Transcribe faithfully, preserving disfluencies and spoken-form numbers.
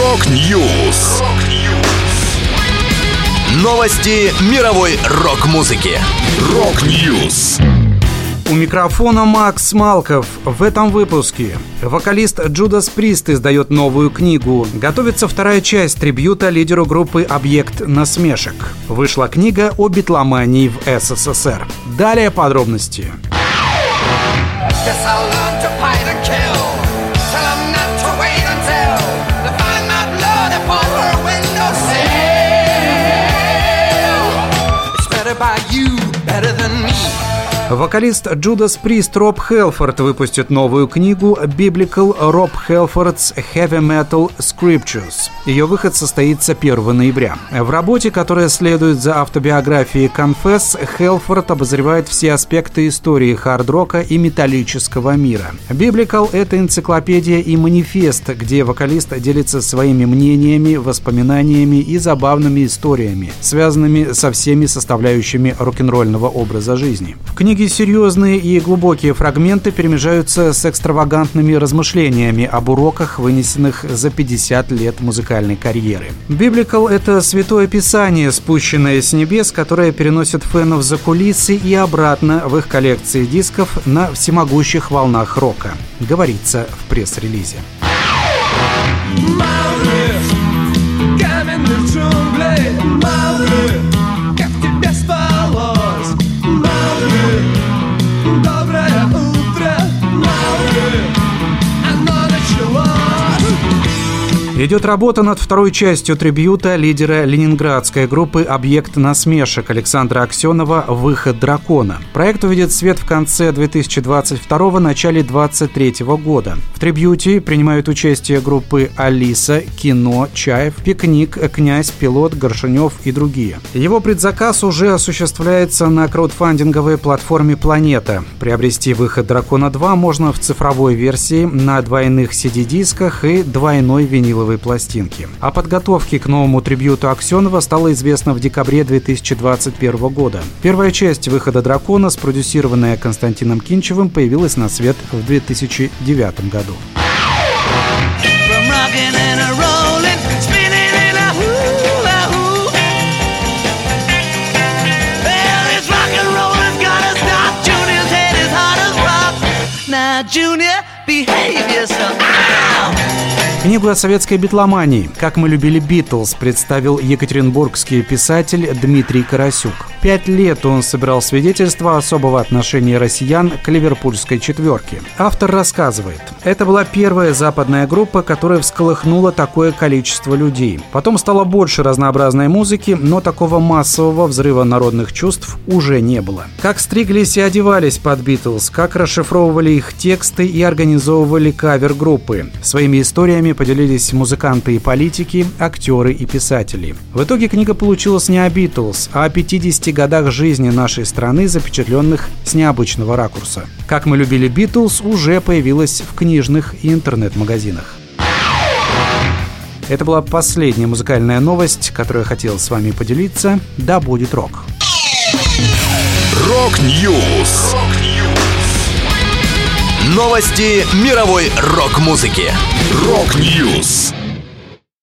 Рок-Ньюс. Новости мировой рок-музыки. Рок-Ньюс. У микрофона Макс Малков. В этом выпуске вокалист Judas Priest издает новую книгу. Готовится вторая часть трибьюта лидеру группы «Объект насмешек». Вышла книга о битломании в СССР. Далее подробности. Вокалист Judas Priest Роб Хелфорд выпустит новую книгу Biblical Rob Halford's Heavy Metal Scriptures. Ее выход состоится первого ноября. В работе, которая следует за автобиографией Confess, Хелфорд обозревает все аспекты истории хард-рока и металлического мира. Biblical — это энциклопедия и манифест, где вокалист делится своими мнениями, воспоминаниями и забавными историями, связанными со всеми составляющими рок-н-ролльного образа жизни. В книге серьезные и глубокие фрагменты перемежаются с экстравагантными размышлениями об уроках, вынесенных за пятьдесят лет музыкальной карьеры. Biblical — это святое писание, спущенное с небес, которое переносит фенов за кулисы и обратно в их коллекции дисков на всемогущих волнах рока, говорится в пресс-релизе. Идет работа над второй частью трибьюта лидера ленинградской группы «Объект насмешек» Александра Аксенова «Выход дракона». Проект увидит свет в конце две тысячи двадцать второго — начале две тысячи двадцать третьего года. В трибьюте принимают участие группы «Алиса», «Кино», «Чаев», «Пикник», «Князь», «Пилот», «Горшенев» и другие. Его предзаказ уже осуществляется на краудфандинговой платформе «Планета». Приобрести «Выход дракона два» можно в цифровой версии на двойных си ди-дисках и двойной виниловой пластинки. О подготовке к новому трибьюту Аксенова стало известно в декабре две тысячи двадцать первого года. Первая часть «Выхода дракона», спродюсированная Константином Кинчевым, появилась на свет в две тысячи девятом году. Книгу о советской битломании «Как мы любили Битлз» представил екатеринбургский писатель Дмитрий Карасюк. Пять лет он собирал свидетельства особого отношения россиян к ливерпульской четверке. Автор рассказывает: это была первая западная группа, которая всколыхнула такое количество людей. Потом стало больше разнообразной музыки, но такого массового взрыва народных чувств уже не было. Как стриглись и одевались под Битлз, как расшифровывали их тексты и организовывали кавер-группы. Своими историями поделились музыканты и политики, актеры и писатели. В итоге книга получилась не о Битлз, а о пятидесяти годах жизни нашей страны, запечатленных с необычного ракурса. «Как мы любили Битлз» уже появилась в книжных и интернет-магазинах. Это была последняя музыкальная новость, которую я хотел с вами поделиться. Да будет рок! Рок-Ньюс. Новости мировой рок-музыки. Рок-Ньюс.